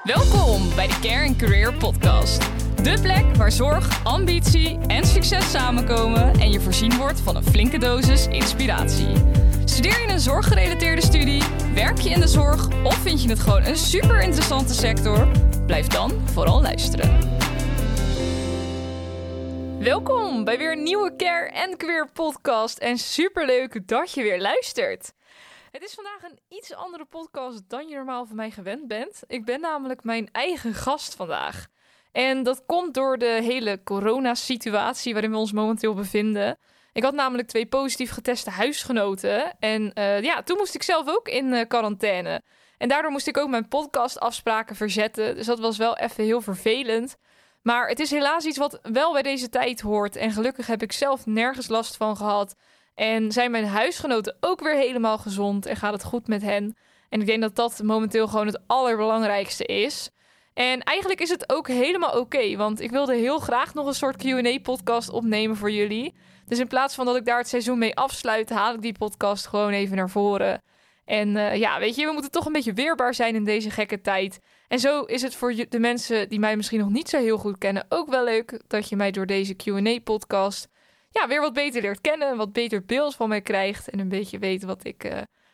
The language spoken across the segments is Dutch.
Welkom bij de Care & Career Podcast. De plek waar zorg, ambitie en succes samenkomen en je voorzien wordt van een flinke dosis inspiratie. Studeer je een zorggerelateerde studie, werk je in de zorg of vind je het gewoon een super interessante sector? Blijf dan vooral luisteren. Welkom bij weer een nieuwe Care & Career Podcast en superleuk dat je weer luistert. Het is vandaag een iets andere podcast dan je normaal van mij gewend bent. Ik ben namelijk mijn eigen gast vandaag. En dat komt door de hele coronasituatie waarin we ons momenteel bevinden. Ik had namelijk 2 positief geteste huisgenoten. En toen moest ik zelf ook in quarantaine. En daardoor moest ik ook mijn podcastafspraken verzetten. Dus dat was wel even heel vervelend. Maar het is helaas iets wat wel bij deze tijd hoort. En gelukkig heb ik zelf nergens last van gehad. En zijn mijn huisgenoten ook weer helemaal gezond en gaat het goed met hen. En ik denk dat dat momenteel gewoon het allerbelangrijkste is. En eigenlijk is het ook helemaal oké, want ik wilde heel graag nog een soort Q&A-podcast opnemen voor jullie. Dus in plaats van dat ik daar het seizoen mee afsluit, haal ik die podcast gewoon even naar voren. En weet je, we moeten toch een beetje weerbaar zijn in deze gekke tijd. En zo is het voor de mensen die mij misschien nog niet zo heel goed kennen ook wel leuk dat je mij door deze Q&A-podcast weer wat beter leert kennen, wat beter beeld van mij krijgt en een beetje weet wat ik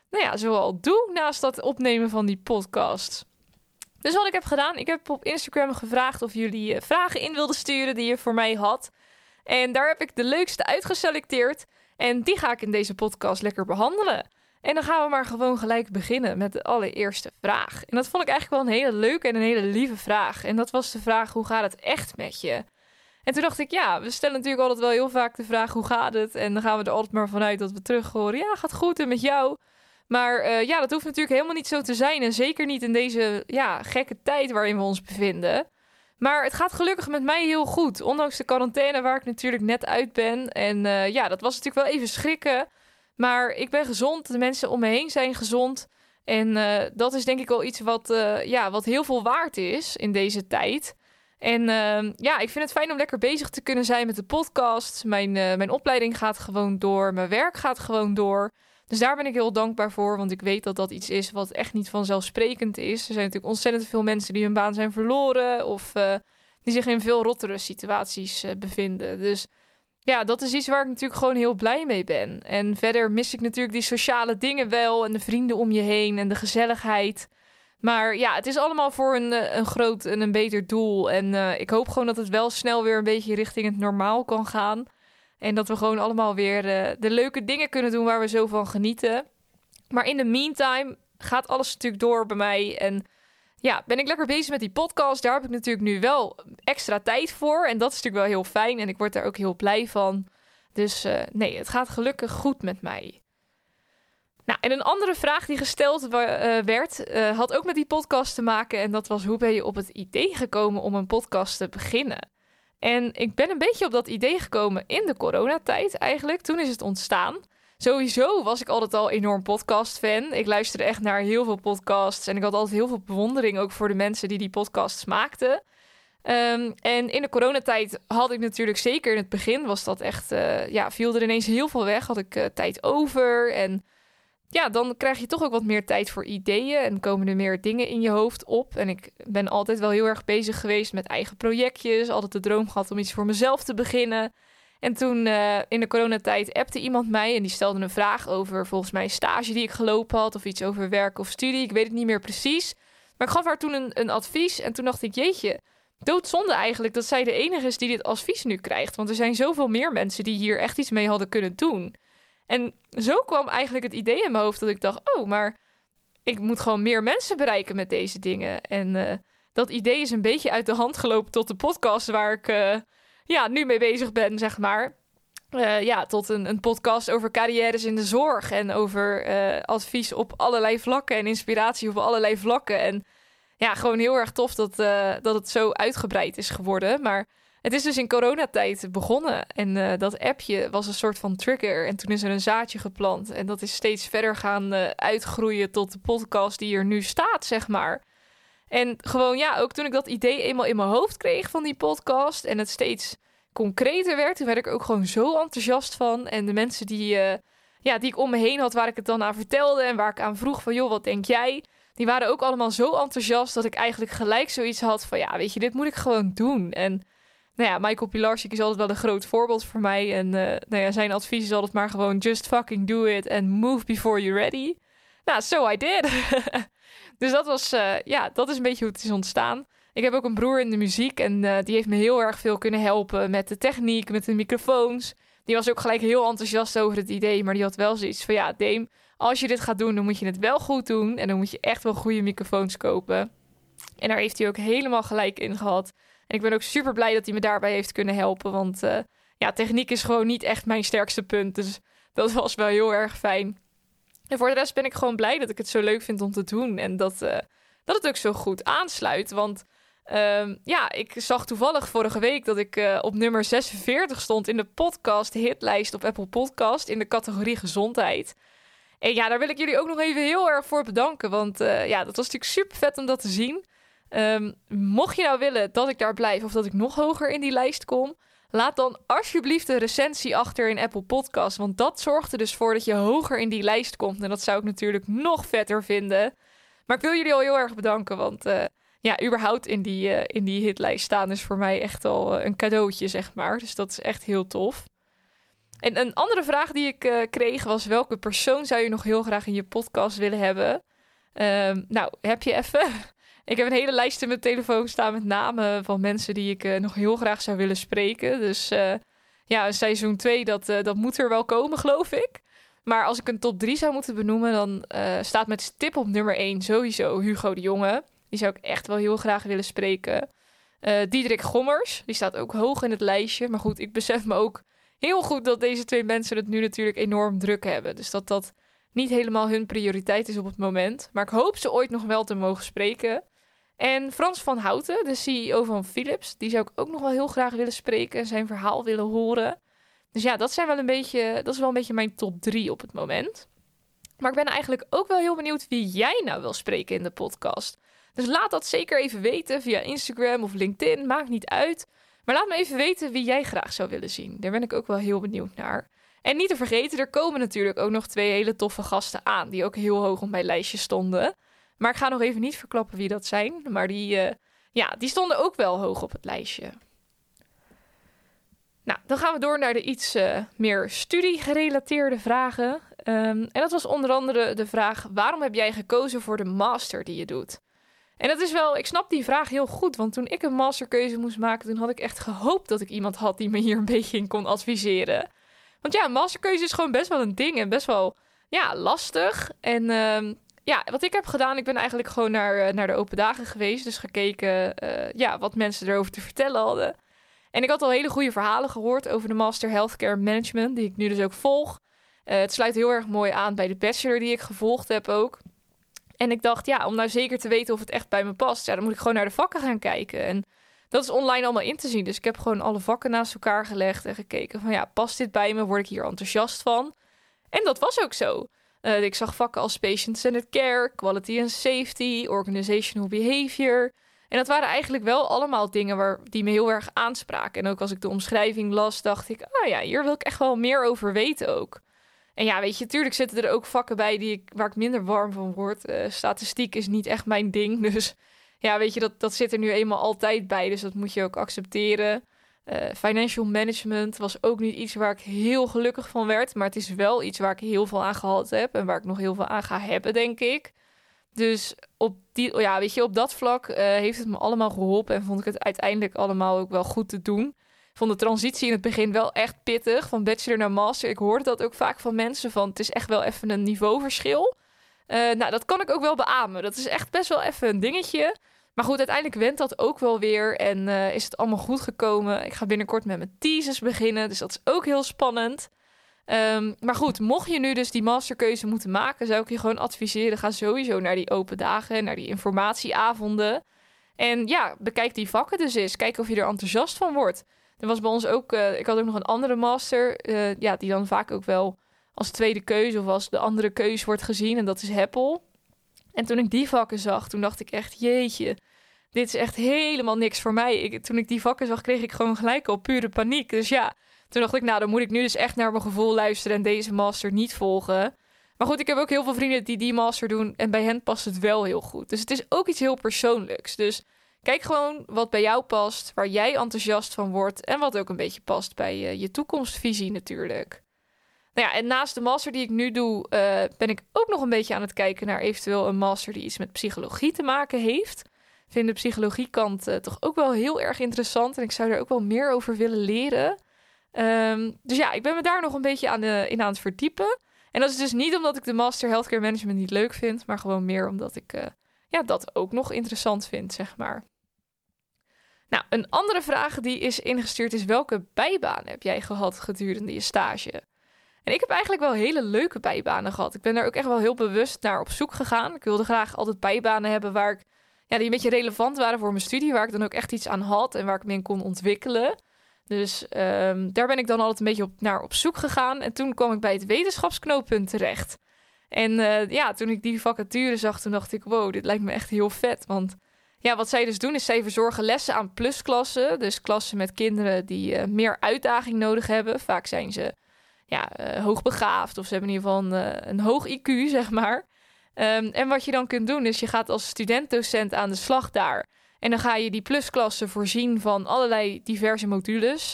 zoal doe naast dat opnemen van die podcast. Dus wat ik heb gedaan, ik heb op Instagram gevraagd of jullie vragen in wilden sturen die je voor mij had. En daar heb ik de leukste uitgeselecteerd en die ga ik in deze podcast lekker behandelen. En dan gaan we maar gewoon gelijk beginnen met de allereerste vraag. En dat vond ik eigenlijk wel een hele leuke en een hele lieve vraag. En dat was de vraag, hoe gaat het echt met je? En toen dacht ik, we stellen natuurlijk altijd wel heel vaak de vraag, hoe gaat het? En dan gaan we er altijd maar vanuit dat we terug horen, gaat goed en met jou? Maar dat hoeft natuurlijk helemaal niet zo te zijn. En zeker niet in deze gekke tijd waarin we ons bevinden. Maar het gaat gelukkig met mij heel goed. Ondanks de quarantaine waar ik natuurlijk net uit ben. En dat was natuurlijk wel even schrikken. Maar ik ben gezond, de mensen om me heen zijn gezond. En dat is denk ik wel iets wat heel veel waard is in deze tijd. En ik vind het fijn om lekker bezig te kunnen zijn met de podcast. Mijn opleiding gaat gewoon door. Mijn werk gaat gewoon door. Dus daar ben ik heel dankbaar voor. Want ik weet dat dat iets is wat echt niet vanzelfsprekend is. Er zijn natuurlijk ontzettend veel mensen die hun baan zijn verloren. Of die zich in veel rottere situaties bevinden. Dus dat is iets waar ik natuurlijk gewoon heel blij mee ben. En verder mis ik natuurlijk die sociale dingen wel. En de vrienden om je heen en de gezelligheid. Maar het is allemaal voor een groot en een beter doel. En ik hoop gewoon dat het wel snel weer een beetje richting het normaal kan gaan. En dat we gewoon allemaal weer de leuke dingen kunnen doen waar we zo van genieten. Maar in the meantime gaat alles natuurlijk door bij mij. En ben ik lekker bezig met die podcast. Daar heb ik natuurlijk nu wel extra tijd voor. En dat is natuurlijk wel heel fijn. En ik word daar ook heel blij van. Dus het gaat gelukkig goed met mij. Nou, en een andere vraag die gesteld werd, had ook met die podcast te maken. En dat was, hoe ben je op het idee gekomen om een podcast te beginnen? En ik ben een beetje op dat idee gekomen in de coronatijd eigenlijk. Toen is het ontstaan. Sowieso was ik altijd al enorm podcast-fan. Ik luisterde echt naar heel veel podcasts. En ik had altijd heel veel bewondering ook voor de mensen die podcasts maakten. En in de coronatijd had ik natuurlijk zeker in het begin was dat echt, viel er ineens heel veel weg. Had ik tijd over en dan krijg je toch ook wat meer tijd voor ideeën en komen er meer dingen in je hoofd op. En ik ben altijd wel heel erg bezig geweest met eigen projectjes. Altijd de droom gehad om iets voor mezelf te beginnen. En toen in de coronatijd appte iemand mij en die stelde een vraag over volgens mij een stage die ik gelopen had. Of iets over werk of studie, ik weet het niet meer precies. Maar ik gaf haar toen een advies en toen dacht ik, jeetje, doodzonde eigenlijk dat zij de enige is die dit advies nu krijgt. Want er zijn zoveel meer mensen die hier echt iets mee hadden kunnen doen. En zo kwam eigenlijk het idee in mijn hoofd dat ik dacht, maar ik moet gewoon meer mensen bereiken met deze dingen. En dat idee is een beetje uit de hand gelopen tot de podcast waar ik nu mee bezig ben, zeg maar. Tot een podcast over carrières in de zorg en over advies op allerlei vlakken en inspiratie op allerlei vlakken. En gewoon heel erg tof dat het zo uitgebreid is geworden. Maar het is dus in coronatijd begonnen en dat appje was een soort van trigger. En toen is er een zaadje geplant en dat is steeds verder gaan uitgroeien tot de podcast die er nu staat, zeg maar. En gewoon ook toen ik dat idee eenmaal in mijn hoofd kreeg van die podcast en het steeds concreter werd, toen werd ik ook gewoon zo enthousiast van. En de mensen die ik om me heen had waar ik het dan aan vertelde en waar ik aan vroeg van, joh, wat denk jij? die waren ook allemaal zo enthousiast dat ik eigenlijk gelijk zoiets had van, ja, weet je, dit moet ik gewoon doen. En nou ja, Michael Pilarczyk is altijd wel een groot voorbeeld voor mij. En nou ja, zijn advies is altijd maar gewoon just fucking do it and move before you're ready. Nou, so I did. Dus dat was, dat is een beetje hoe het is ontstaan. Ik heb ook een broer in de muziek en die heeft me heel erg veel kunnen helpen met de techniek, met de microfoons. Die was ook gelijk heel enthousiast over het idee, maar die had wel zoiets van, ja, Dame, als je dit gaat doen, dan moet je het wel goed doen. En dan moet je echt wel goede microfoons kopen. En daar heeft hij ook helemaal gelijk in gehad. En ik ben ook super blij dat hij me daarbij heeft kunnen helpen. Want techniek is gewoon niet echt mijn sterkste punt. Dus dat was wel heel erg fijn. En voor de rest ben ik gewoon blij dat ik het zo leuk vind om te doen. En dat het ook zo goed aansluit. Want ik zag toevallig vorige week dat ik op nummer 46 stond in de podcast hitlijst op Apple Podcast in de categorie gezondheid. En ja, daar wil ik jullie ook nog even heel erg voor bedanken. Want dat was natuurlijk super vet om dat te zien. Mocht je nou willen dat ik daar blijf of dat ik nog hoger in die lijst kom, laat dan alsjeblieft een recensie achter in Apple Podcast. Want dat zorgt er dus voor dat je hoger in die lijst komt. En dat zou ik natuurlijk nog vetter vinden. Maar ik wil jullie al heel erg bedanken. Want überhaupt in die hitlijst staan is voor mij echt al een cadeautje, zeg maar. Dus dat is echt heel tof. En een andere vraag die ik kreeg was: welke persoon zou je nog heel graag in je podcast willen hebben? Heb je even? Ik heb een hele lijst in mijn telefoon staan met namen van mensen die ik nog heel graag zou willen spreken. Dus seizoen 2, dat moet er wel komen, geloof ik. Maar als ik een top 3 zou moeten benoemen, dan staat met stip op nummer 1 sowieso Hugo de Jonge. Die zou ik echt wel heel graag willen spreken. Diederik Gommers, die staat ook hoog in het lijstje. Maar goed, ik besef me ook heel goed dat deze 2 mensen het nu natuurlijk enorm druk hebben. Dus dat niet helemaal hun prioriteit is op het moment. Maar ik hoop ze ooit nog wel te mogen spreken. En Frans van Houten, de CEO van Philips, die zou ik ook nog wel heel graag willen spreken en zijn verhaal willen horen. Dus ja, dat is wel een beetje mijn top 3 op het moment. Maar ik ben eigenlijk ook wel heel benieuwd wie jij nou wil spreken in de podcast. Dus laat dat zeker even weten via Instagram of LinkedIn, maakt niet uit. Maar laat me even weten wie jij graag zou willen zien. Daar ben ik ook wel heel benieuwd naar. En niet te vergeten, er komen natuurlijk ook nog 2 hele toffe gasten aan, die ook heel hoog op mijn lijstje stonden. Maar ik ga nog even niet verklappen wie dat zijn. Maar die stonden ook wel hoog op het lijstje. Nou, dan gaan we door naar de iets meer studiegerelateerde vragen. En dat was onder andere de vraag: waarom heb jij gekozen voor de master die je doet? En dat is wel, ik snap die vraag heel goed. Want toen ik een masterkeuze moest maken, toen had ik echt gehoopt dat ik iemand had die me hier een beetje in kon adviseren. Want ja, een masterkeuze is gewoon best wel een ding en best wel lastig. En wat ik heb gedaan, ik ben eigenlijk gewoon naar de open dagen geweest. Dus gekeken wat mensen erover te vertellen hadden. En ik had al hele goede verhalen gehoord over de Master Healthcare Management, die ik nu dus ook volg. Het sluit heel erg mooi aan bij de bachelor die ik gevolgd heb ook. En ik dacht, om nou zeker te weten of het echt bij me past, dan moet ik gewoon naar de vakken gaan kijken. En dat is online allemaal in te zien. Dus ik heb gewoon alle vakken naast elkaar gelegd en gekeken van, past dit bij me? Word ik hier enthousiast van? En dat was ook zo. Ik zag vakken als patient-centered care, quality and safety, organizational behavior. En dat waren eigenlijk wel allemaal dingen die me heel erg aanspraken. En ook als ik de omschrijving las, dacht ik, hier wil ik echt wel meer over weten ook. En ja, weet je, natuurlijk zitten er ook vakken bij waar ik minder warm van word. Statistiek is niet echt mijn ding, dus ja, weet je, dat zit er nu eenmaal altijd bij. Dus dat moet je ook accepteren. Financial management was ook niet iets waar ik heel gelukkig van werd. Maar het is wel iets waar ik heel veel aan gehad heb. En waar ik nog heel veel aan ga hebben, denk ik. Dus op dat vlak heeft het me allemaal geholpen. En vond ik het uiteindelijk allemaal ook wel goed te doen. Ik vond de transitie in het begin wel echt pittig. Van bachelor naar master. Ik hoorde dat ook vaak van mensen. Van het is echt wel even een niveauverschil. Dat kan ik ook wel beamen. Dat is echt best wel even een dingetje. Maar goed, uiteindelijk went dat ook wel weer en is het allemaal goed gekomen. Ik ga binnenkort met mijn thesis beginnen, dus dat is ook heel spannend. Maar goed, mocht je nu dus die masterkeuze moeten maken, zou ik je gewoon adviseren, ga sowieso naar die open dagen, naar die informatieavonden. En bekijk die vakken dus eens. Kijk of je er enthousiast van wordt. Er was bij ons ook, ik had ook nog een andere master, die dan vaak ook wel als tweede keuze of als de andere keuze wordt gezien. En dat is Heppel. En toen ik die vakken zag, toen dacht ik echt, jeetje, dit is echt helemaal niks voor mij. Toen ik die vakken zag, kreeg ik gewoon gelijk al pure paniek. Dus toen dacht ik, dan moet ik nu dus echt naar mijn gevoel luisteren en deze master niet volgen. Maar goed, ik heb ook heel veel vrienden die master doen en bij hen past het wel heel goed. Dus het is ook iets heel persoonlijks. Dus kijk gewoon wat bij jou past, waar jij enthousiast van wordt en wat ook een beetje past bij je toekomstvisie natuurlijk. Nou ja, en naast de master die ik nu doe, ben ik ook nog een beetje aan het kijken naar eventueel een master die iets met psychologie te maken heeft. Ik vind de psychologiekant toch ook wel heel erg interessant en ik zou er ook wel meer over willen leren. Dus ja, ik ben me daar nog een beetje in aan het verdiepen. En dat is dus niet omdat ik de master healthcare management niet leuk vind, maar gewoon meer omdat ik dat ook nog interessant vind, zeg maar. Nou, een andere vraag die is ingestuurd is: welke bijbaan heb jij gehad gedurende je stage? En ik heb eigenlijk wel hele leuke bijbanen gehad. Ik ben daar ook echt wel heel bewust naar op zoek gegaan. Ik wilde graag altijd bijbanen hebben die een beetje relevant waren voor mijn studie, waar ik dan ook echt iets aan had en waar ik me in kon ontwikkelen. Dus daar ben ik dan altijd een beetje naar op zoek gegaan. En toen kwam ik bij het wetenschapsknooppunt terecht. En toen ik die vacature zag, toen dacht ik, wow, dit lijkt me echt heel vet. Want ja, wat zij dus doen, is zij verzorgen lessen aan plusklassen. Dus klassen met kinderen die meer uitdaging nodig hebben. Vaak zijn ze hoogbegaafd of ze hebben in ieder geval een hoog IQ, zeg maar. En wat je dan kunt doen, is je gaat als student-docent aan de slag daar. En dan ga je die plusklassen voorzien van allerlei diverse modules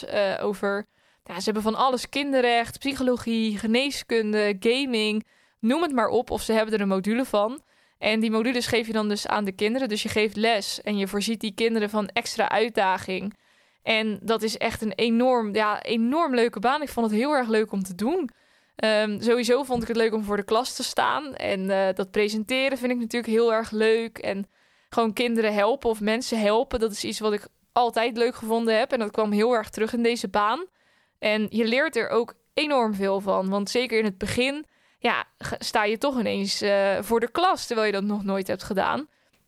ze hebben van alles: kinderrecht, psychologie, geneeskunde, gaming, noem het maar op. Of ze hebben er een module van. En die modules geef je dan dus aan de kinderen. Dus je geeft les en je voorziet die kinderen van extra uitdaging. En dat is echt een enorm leuke baan. Ik vond het heel erg leuk om te doen. Sowieso vond ik het leuk om voor de klas te staan. En dat presenteren vind ik natuurlijk heel erg leuk. En gewoon kinderen helpen of mensen helpen, dat is iets wat ik altijd leuk gevonden heb. En dat kwam heel erg terug in deze baan. En je leert er ook enorm veel van. Want zeker in het begin sta je toch ineens voor de klas, terwijl je dat nog nooit hebt gedaan.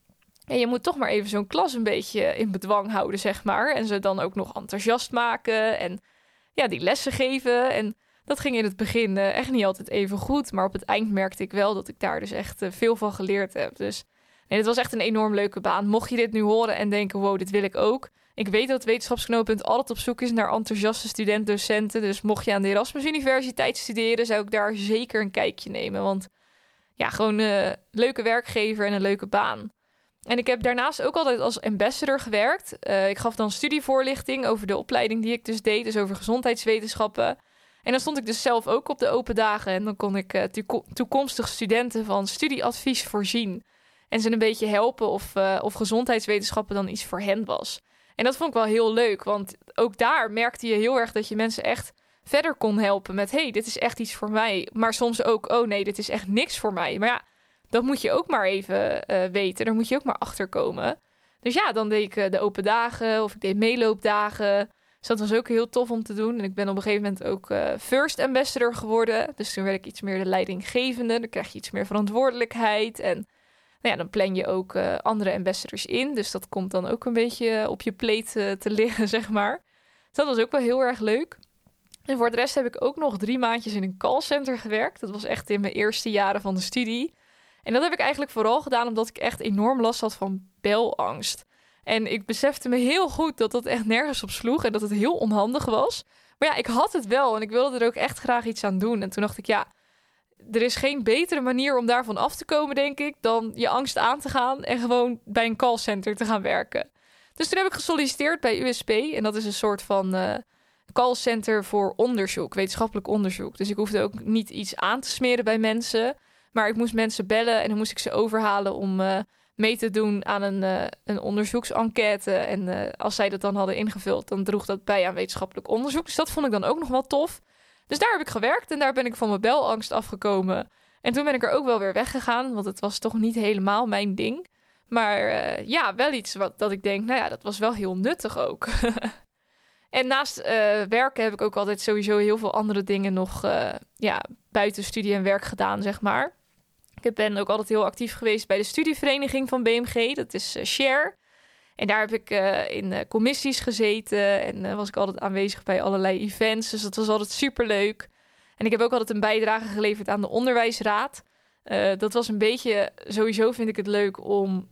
En je moet toch maar even zo'n klas een beetje in bedwang houden, zeg maar. En ze dan ook nog enthousiast maken en die lessen geven. En dat ging in het begin echt niet altijd even goed. Maar op het eind merkte ik wel dat ik daar dus echt veel van geleerd heb. Dus nee, het was echt een enorm leuke baan. Mocht je dit nu horen en denken, wow, dit wil ik ook. Ik weet dat het wetenschapsknooppunt altijd op zoek is naar enthousiaste student-docenten. Dus mocht je aan de Erasmus Universiteit studeren, zou ik daar zeker een kijkje nemen. Want gewoon een leuke werkgever en een leuke baan. En ik heb daarnaast ook altijd als ambassador gewerkt. Ik gaf dan studievoorlichting over de opleiding die ik dus deed. Dus over gezondheidswetenschappen. En dan stond ik dus zelf ook op de open dagen. En dan kon ik toekomstige studenten van studieadvies voorzien. En ze een beetje helpen of gezondheidswetenschappen dan iets voor hen was. En dat vond ik wel heel leuk. Want ook daar merkte je heel erg dat je mensen echt verder kon helpen met: hey, dit is echt iets voor mij. Maar soms ook: oh nee, dit is echt niks voor mij. Maar ja, dat moet je ook maar even weten. Daar moet je ook maar achter komen. Dus ja, dan deed ik de open dagen of ik deed meeloopdagen. Dus dat was ook heel tof om te doen. En ik ben op een gegeven moment ook first ambassador geworden. Dus toen werd ik iets meer de leidinggevende. Dan krijg je iets meer verantwoordelijkheid. En dan plan je ook andere ambassadors in. Dus dat komt dan ook een beetje op je plate te liggen, zeg maar. Dus dat was ook wel heel erg leuk. En voor de rest heb ik ook nog 3 maandjes in een callcenter gewerkt. Dat was echt in mijn eerste jaren van de studie. En dat heb ik eigenlijk vooral gedaan omdat ik echt enorm last had van belangst. En ik besefte me heel goed dat dat echt nergens op sloeg en dat het heel onhandig was. Maar ja, ik had het wel en ik wilde er ook echt graag iets aan doen. En toen dacht ik, er is geen betere manier om daarvan af te komen, denk ik, dan je angst aan te gaan en gewoon bij een callcenter te gaan werken. Dus toen heb ik gesolliciteerd bij USP en dat is een soort van callcenter voor onderzoek, wetenschappelijk onderzoek. Dus ik hoefde ook niet iets aan te smeren bij mensen, maar ik moest mensen bellen en dan moest ik ze overhalen om mee te doen aan een onderzoeksenquête. En als zij dat dan hadden ingevuld, dan droeg dat bij aan wetenschappelijk onderzoek. Dus dat vond ik dan ook nog wel tof. Dus daar heb ik gewerkt en daar ben ik van mijn belangst afgekomen. En toen ben ik er ook wel weer weggegaan, want het was toch niet helemaal mijn ding. Maar wel iets dat ik denk, dat was wel heel nuttig ook. En naast werken heb ik ook altijd sowieso heel veel andere dingen nog buiten studie en werk gedaan, zeg maar. Ik ben ook altijd heel actief geweest bij de studievereniging van BMG. Dat is Share. En daar heb ik in commissies gezeten. En was ik altijd aanwezig bij allerlei events. Dus dat was altijd superleuk. En ik heb ook altijd een bijdrage geleverd aan de onderwijsraad. Dat was een beetje... Sowieso vind ik het leuk om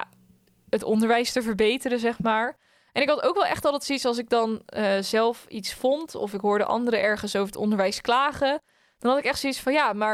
het onderwijs te verbeteren, zeg maar. En ik had ook wel echt altijd zoiets als ik dan zelf iets vond... of ik hoorde anderen ergens over het onderwijs klagen... dan had ik echt zoiets van, maar...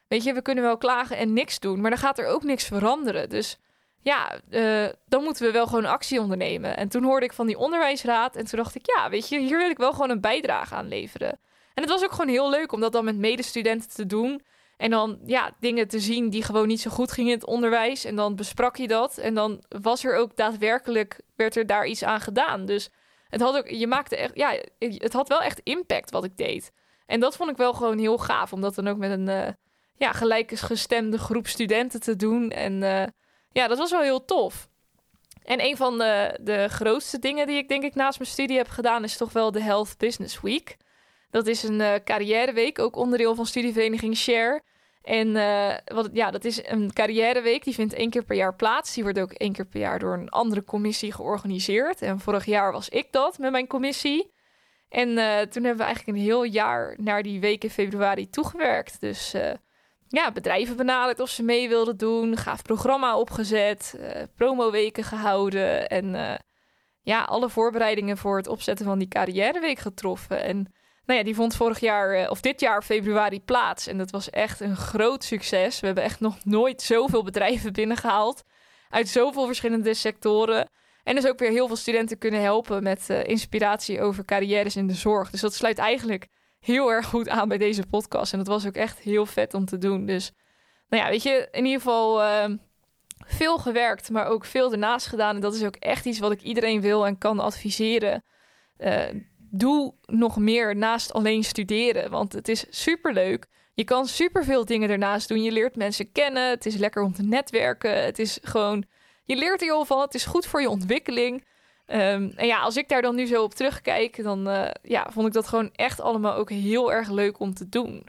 weet je, we kunnen wel klagen en niks doen, maar dan gaat er ook niks veranderen. Dus ja, dan moeten we wel gewoon actie ondernemen. En toen hoorde ik van die onderwijsraad en toen dacht ik, ja, weet je, hier wil ik wel gewoon een bijdrage aan leveren. En het was ook gewoon heel leuk om dat dan met medestudenten te doen. En dan dingen te zien die gewoon niet zo goed gingen in het onderwijs. En dan besprak je dat. En dan was er ook daadwerkelijk, werd er daar iets aan gedaan. Dus het had ook, het had wel echt impact wat ik deed. En dat vond ik wel gewoon heel gaaf. Om dat dan ook met een gelijkgestemde groep studenten te doen. En dat was wel heel tof. En een van de grootste dingen die ik denk ik naast mijn studie heb gedaan, is toch wel de Health Business Week. Dat is een carrièreweek, ook onderdeel van studievereniging Share. En dat is een carrièreweek, die vindt 1 keer per jaar plaats. Die wordt ook 1 keer per jaar door een andere commissie georganiseerd. En vorig jaar was ik dat met mijn commissie. En toen hebben we eigenlijk een heel jaar naar die week in februari toegewerkt. Dus bedrijven benaderd of ze mee wilden doen. Gaaf programma opgezet, promoweken gehouden. En alle voorbereidingen voor het opzetten van die carrièreweek getroffen. En die vond dit jaar februari plaats. En dat was echt een groot succes. We hebben echt nog nooit zoveel bedrijven binnengehaald. Uit zoveel verschillende sectoren. En dus ook weer heel veel studenten kunnen helpen met inspiratie over carrières in de zorg. Dus dat sluit eigenlijk heel erg goed aan bij deze podcast. En dat was ook echt heel vet om te doen. Dus weet je, in ieder geval veel gewerkt, maar ook veel ernaast gedaan. En dat is ook echt iets wat ik iedereen wil en kan adviseren. Doe nog meer naast alleen studeren, want het is superleuk. Je kan superveel dingen ernaast doen. Je leert mensen kennen. Het is lekker om te netwerken. Het is gewoon, je leert er heel van. Het is goed voor je ontwikkeling. Als ik daar dan nu zo op terugkijk, dan vond ik dat gewoon echt allemaal ook heel erg leuk om te doen.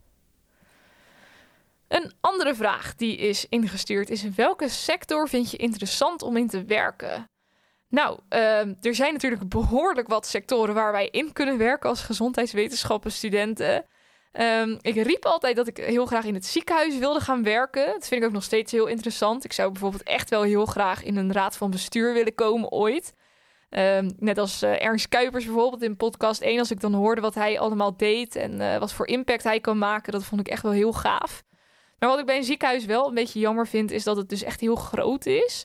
Een andere vraag die is ingestuurd is: welke sector vind je interessant om in te werken? Nou, er zijn natuurlijk behoorlijk wat sectoren waar wij in kunnen werken als gezondheidswetenschappen studenten. Ik riep altijd dat ik heel graag in het ziekenhuis wilde gaan werken. Dat vind ik ook nog steeds heel interessant. Ik zou bijvoorbeeld echt wel heel graag in een raad van bestuur willen komen ooit. Net als Ernst Kuipers bijvoorbeeld in podcast 1. Als ik dan hoorde wat hij allemaal deed en wat voor impact hij kan maken, dat vond ik echt wel heel gaaf. Maar wat ik bij een ziekenhuis wel een beetje jammer vind, is dat het dus echt heel groot is.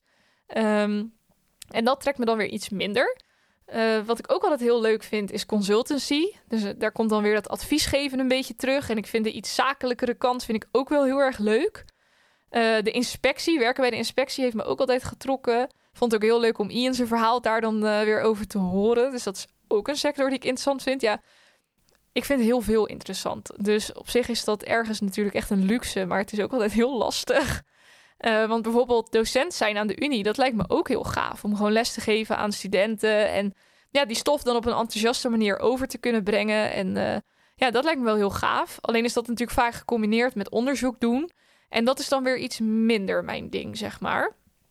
En dat trekt me dan weer iets minder. Wat ik ook altijd heel leuk vind, is consultancy. Dus daar komt dan weer dat adviesgeven een beetje terug. En ik vind de iets zakelijkere kant vind ik ook wel heel erg leuk. De inspectie, werken bij de inspectie, heeft me ook altijd getrokken. Vond het ook heel leuk om Ian zijn verhaal daar dan weer over te horen. Dus dat is ook een sector die ik interessant vind. Ja, ik vind heel veel interessant. Dus op zich is dat ergens natuurlijk echt een luxe. Maar het is ook altijd heel lastig. Want bijvoorbeeld docent zijn aan de unie, dat lijkt me ook heel gaaf. Om gewoon les te geven aan studenten. En die stof dan op een enthousiaste manier over te kunnen brengen. En dat lijkt me wel heel gaaf. Alleen is dat natuurlijk vaak gecombineerd met onderzoek doen. En dat is dan weer iets minder mijn ding, zeg maar.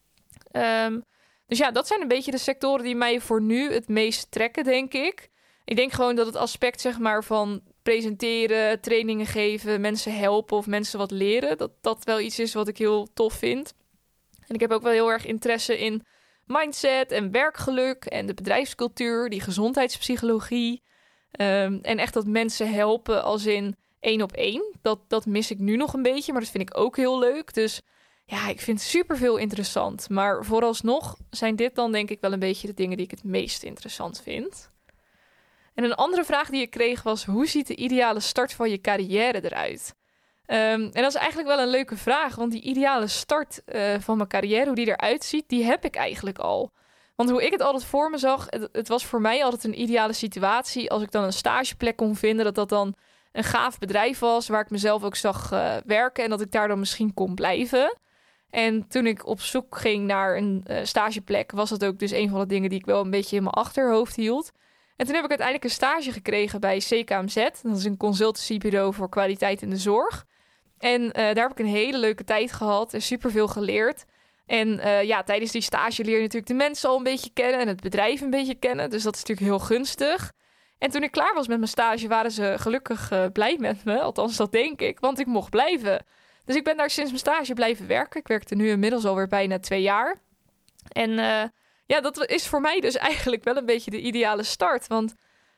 Dus dat zijn een beetje de sectoren die mij voor nu het meest trekken, denk ik. Ik denk gewoon dat het aspect, zeg maar, van presenteren, trainingen geven, mensen helpen of mensen wat leren, dat wel iets is wat ik heel tof vind. En ik heb ook wel heel erg interesse in mindset en werkgeluk en de bedrijfscultuur, die gezondheidspsychologie. En echt dat mensen helpen als in 1 op 1. Dat mis ik nu nog een beetje, maar dat vind ik ook heel leuk. Dus ik vind superveel interessant. Maar vooralsnog zijn dit dan denk ik wel een beetje de dingen die ik het meest interessant vind. En een andere vraag die ik kreeg was: hoe ziet de ideale start van je carrière eruit? En dat is eigenlijk wel een leuke vraag, want die ideale start van mijn carrière, hoe die eruit ziet, die heb ik eigenlijk al. Want hoe ik het altijd voor me zag, het was voor mij altijd een ideale situatie als ik dan een stageplek kon vinden, dat dan een gaaf bedrijf was waar ik mezelf ook zag werken en dat ik daar dan misschien kon blijven. En toen ik op zoek ging naar een stageplek, was dat ook dus een van de dingen die ik wel een beetje in mijn achterhoofd hield. En toen heb ik uiteindelijk een stage gekregen bij CKMZ. Dat is een consultancybureau voor kwaliteit in de zorg. En daar heb ik een hele leuke tijd gehad en superveel geleerd. En tijdens die stage leer je natuurlijk de mensen al een beetje kennen en het bedrijf een beetje kennen. Dus dat is natuurlijk heel gunstig. En toen ik klaar was met mijn stage, waren ze gelukkig blij met me. Althans, dat denk ik, want ik mocht blijven. Dus ik ben daar sinds mijn stage blijven werken. Ik werk er nu inmiddels alweer bijna 2 jaar. En dat is voor mij dus eigenlijk wel een beetje de ideale start. Want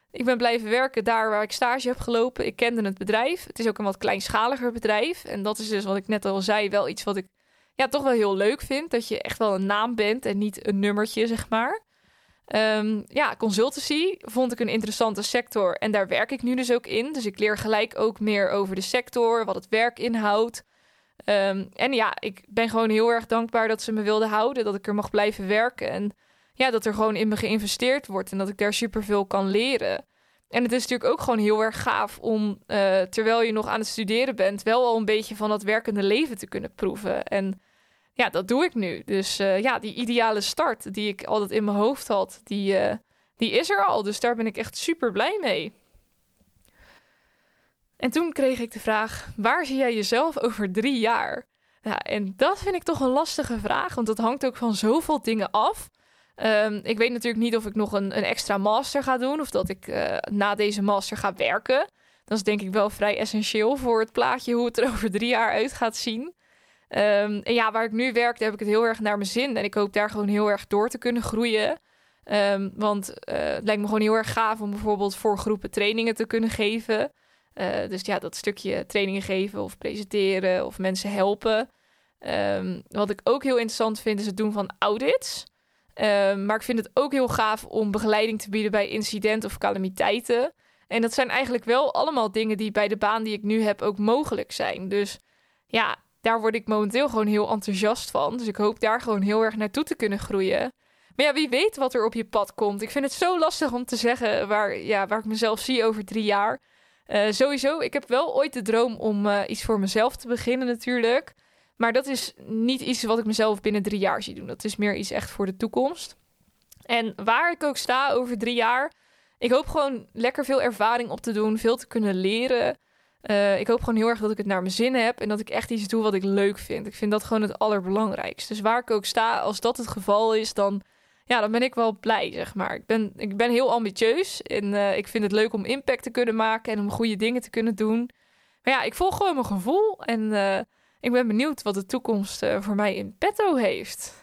Ik ben blijven werken daar waar ik stage heb gelopen. Ik kende het bedrijf. Het is ook een wat kleinschaliger bedrijf. En dat is dus wat ik net al zei, wel iets wat ik toch wel heel leuk vind. Dat je echt wel een naam bent en niet een nummertje, zeg maar. Consultancy vond ik een interessante sector. En daar werk ik nu dus ook in. Dus ik leer gelijk ook meer over de sector, wat het werk inhoudt. Ik ben gewoon heel erg dankbaar dat ze me wilden houden. Dat ik er mag blijven werken. En dat er gewoon in me geïnvesteerd wordt. En dat ik daar superveel kan leren. En het is natuurlijk ook gewoon heel erg gaaf om, terwijl je nog aan het studeren bent, wel al een beetje van dat werkende leven te kunnen proeven. En dat doe ik nu. Dus die ideale start die ik altijd in mijn hoofd had, die is er al. Dus daar ben ik echt super blij mee. En toen kreeg ik de vraag, waar zie jij jezelf over 3 jaar? Ja, en dat vind ik toch een lastige vraag, want dat hangt ook van zoveel dingen af. Ik weet natuurlijk niet of ik nog een extra master ga doen of dat ik na deze master ga werken. Dat is denk ik wel vrij essentieel voor het plaatje hoe het er over 3 jaar uit gaat zien. Waar ik nu werk, daar heb ik het heel erg naar mijn zin. En ik hoop daar gewoon heel erg door te kunnen groeien. Want het lijkt me gewoon heel erg gaaf om bijvoorbeeld voor groepen trainingen te kunnen geven. Dus dat stukje trainingen geven of presenteren of mensen helpen. Wat ik ook heel interessant vind is het doen van audits. Maar ik vind het ook heel gaaf om begeleiding te bieden bij incidenten of calamiteiten. En dat zijn eigenlijk wel allemaal dingen die bij de baan die ik nu heb ook mogelijk zijn. Dus daar word ik momenteel gewoon heel enthousiast van. Dus ik hoop daar gewoon heel erg naartoe te kunnen groeien. Maar wie weet wat er op je pad komt. Ik vind het zo lastig om te zeggen waar ik mezelf zie over 3 jaar. Sowieso, ik heb wel ooit de droom om iets voor mezelf te beginnen natuurlijk. Maar dat is niet iets wat ik mezelf binnen 3 jaar zie doen. Dat is meer iets echt voor de toekomst. En waar ik ook sta over 3 jaar, ik hoop gewoon lekker veel ervaring op te doen, veel te kunnen leren. Ik hoop gewoon heel erg dat ik het naar mijn zin heb en dat ik echt iets doe wat ik leuk vind. Ik vind dat gewoon het allerbelangrijkste. Dus waar ik ook sta, als dat het geval is, dan ben ik wel blij, zeg maar. Ik ben heel ambitieus en ik vind het leuk om impact te kunnen maken en om goede dingen te kunnen doen. Maar ik volg gewoon mijn gevoel en ik ben benieuwd wat de toekomst voor mij in petto heeft.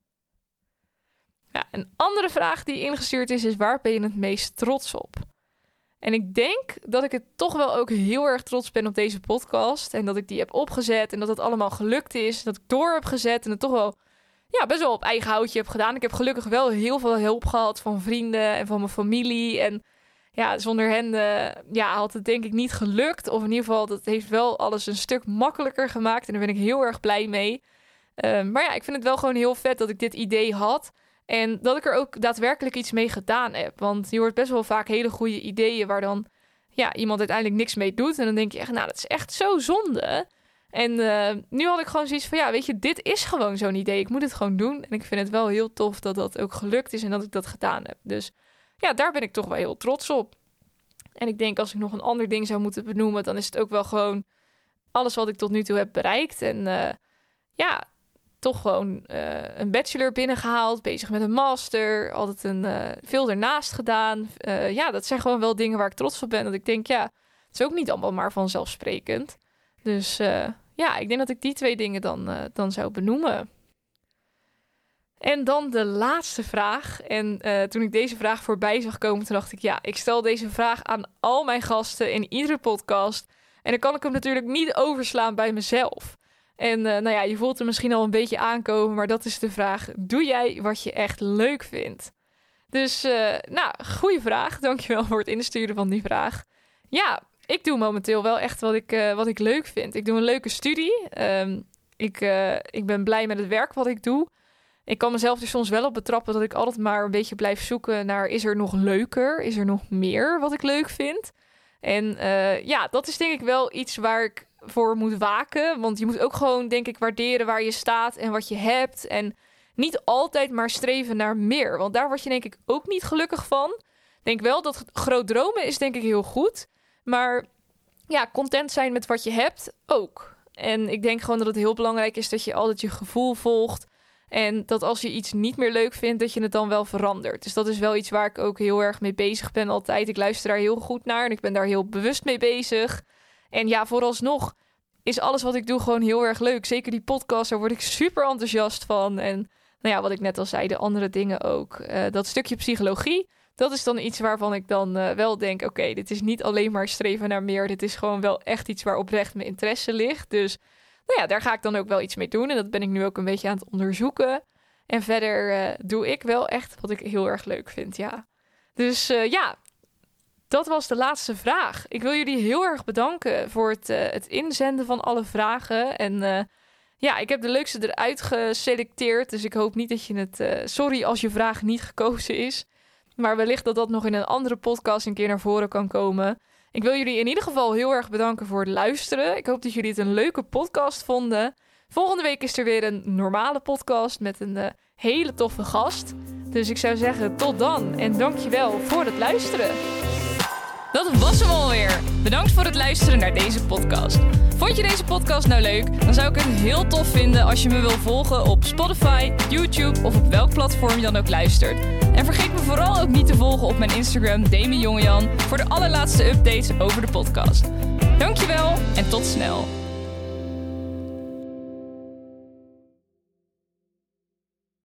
Ja, een andere vraag die ingestuurd is waar ben je het meest trots op? En ik denk dat ik het toch wel ook heel erg trots ben op deze podcast. En dat ik die heb opgezet en dat het allemaal gelukt is. Dat ik door heb gezet en het toch wel best wel op eigen houtje heb gedaan. Ik heb gelukkig wel heel veel hulp gehad van vrienden en van mijn familie. En zonder hen had het denk ik niet gelukt. Of in ieder geval, dat heeft wel alles een stuk makkelijker gemaakt. En daar ben ik heel erg blij mee. Ik vind het wel gewoon heel vet dat ik dit idee had. En dat ik er ook daadwerkelijk iets mee gedaan heb. Want je hoort best wel vaak hele goede ideeën waar dan iemand uiteindelijk niks mee doet. En dan denk je echt, dat is echt zo zonde. En nu had ik gewoon zoiets van, weet je, dit is gewoon zo'n idee. Ik moet het gewoon doen. En ik vind het wel heel tof dat dat ook gelukt is en dat ik dat gedaan heb. Dus daar ben ik toch wel heel trots op. En ik denk als ik nog een ander ding zou moeten benoemen, dan is het ook wel gewoon alles wat ik tot nu toe heb bereikt. En toch gewoon een bachelor binnengehaald, bezig met een master, altijd veel ernaast gedaan. Dat zijn gewoon wel dingen waar ik trots op ben. Dat ik denk, het is ook niet allemaal maar vanzelfsprekend. Dus ik denk dat ik die 2 dingen dan zou benoemen. En dan de laatste vraag. En toen ik deze vraag voorbij zag komen, toen dacht ik, ik stel deze vraag aan al mijn gasten in iedere podcast. En dan kan ik hem natuurlijk niet overslaan bij mezelf. En je voelt hem misschien al een beetje aankomen, maar dat is de vraag. Doe jij wat je echt leuk vindt? Dus, goede vraag. Dankjewel voor het insturen van die vraag. Ik doe momenteel wel echt wat ik leuk vind. Ik doe een leuke studie. Ik ben blij met het werk wat ik doe. Ik kan mezelf er soms wel op betrappen dat ik altijd maar een beetje blijf zoeken naar, is er nog leuker? Is er nog meer wat ik leuk vind? En dat is denk ik wel iets waar ik voor moet waken. Want je moet ook gewoon, denk ik, waarderen waar je staat en wat je hebt. En niet altijd maar streven naar meer. Want daar word je denk ik ook niet gelukkig van. Ik denk wel dat groot dromen is denk ik heel goed. Maar content zijn met wat je hebt ook. En ik denk gewoon dat het heel belangrijk is dat je altijd je gevoel volgt. En dat als je iets niet meer leuk vindt, dat je het dan wel verandert. Dus dat is wel iets waar ik ook heel erg mee bezig ben altijd. Ik luister daar heel goed naar en ik ben daar heel bewust mee bezig. En vooralsnog is alles wat ik doe gewoon heel erg leuk. Zeker die podcast, daar word ik super enthousiast van. En wat ik net al zei, de andere dingen ook. Dat stukje psychologie, dat is dan iets waarvan ik dan wel denk, oké, dit is niet alleen maar streven naar meer. Dit is gewoon wel echt iets waar oprecht mijn interesse ligt. Dus nou ja, daar ga ik dan ook wel iets mee doen. En dat ben ik nu ook een beetje aan het onderzoeken. En verder doe ik wel echt wat ik heel erg leuk vind, ja. Dus dat was de laatste vraag. Ik wil jullie heel erg bedanken voor het inzenden van alle vragen. En ik heb de leukste eruit geselecteerd. Dus ik hoop niet dat je het... sorry als je vraag niet gekozen is. Maar wellicht dat nog in een andere podcast een keer naar voren kan komen. Ik wil jullie in ieder geval heel erg bedanken voor het luisteren. Ik hoop dat jullie het een leuke podcast vonden. Volgende week is er weer een normale podcast met een hele toffe gast. Dus ik zou zeggen tot dan en dankjewel voor het luisteren. Dat was hem alweer. Bedankt voor het luisteren naar deze podcast. Vond je deze podcast nou leuk? Dan zou ik het heel tof vinden als je me wil volgen op Spotify, YouTube of op welk platform je dan ook luistert. En vergeet me vooral ook niet te volgen op mijn Instagram Demi Jongejan voor de allerlaatste updates over de podcast. Dankjewel en tot snel.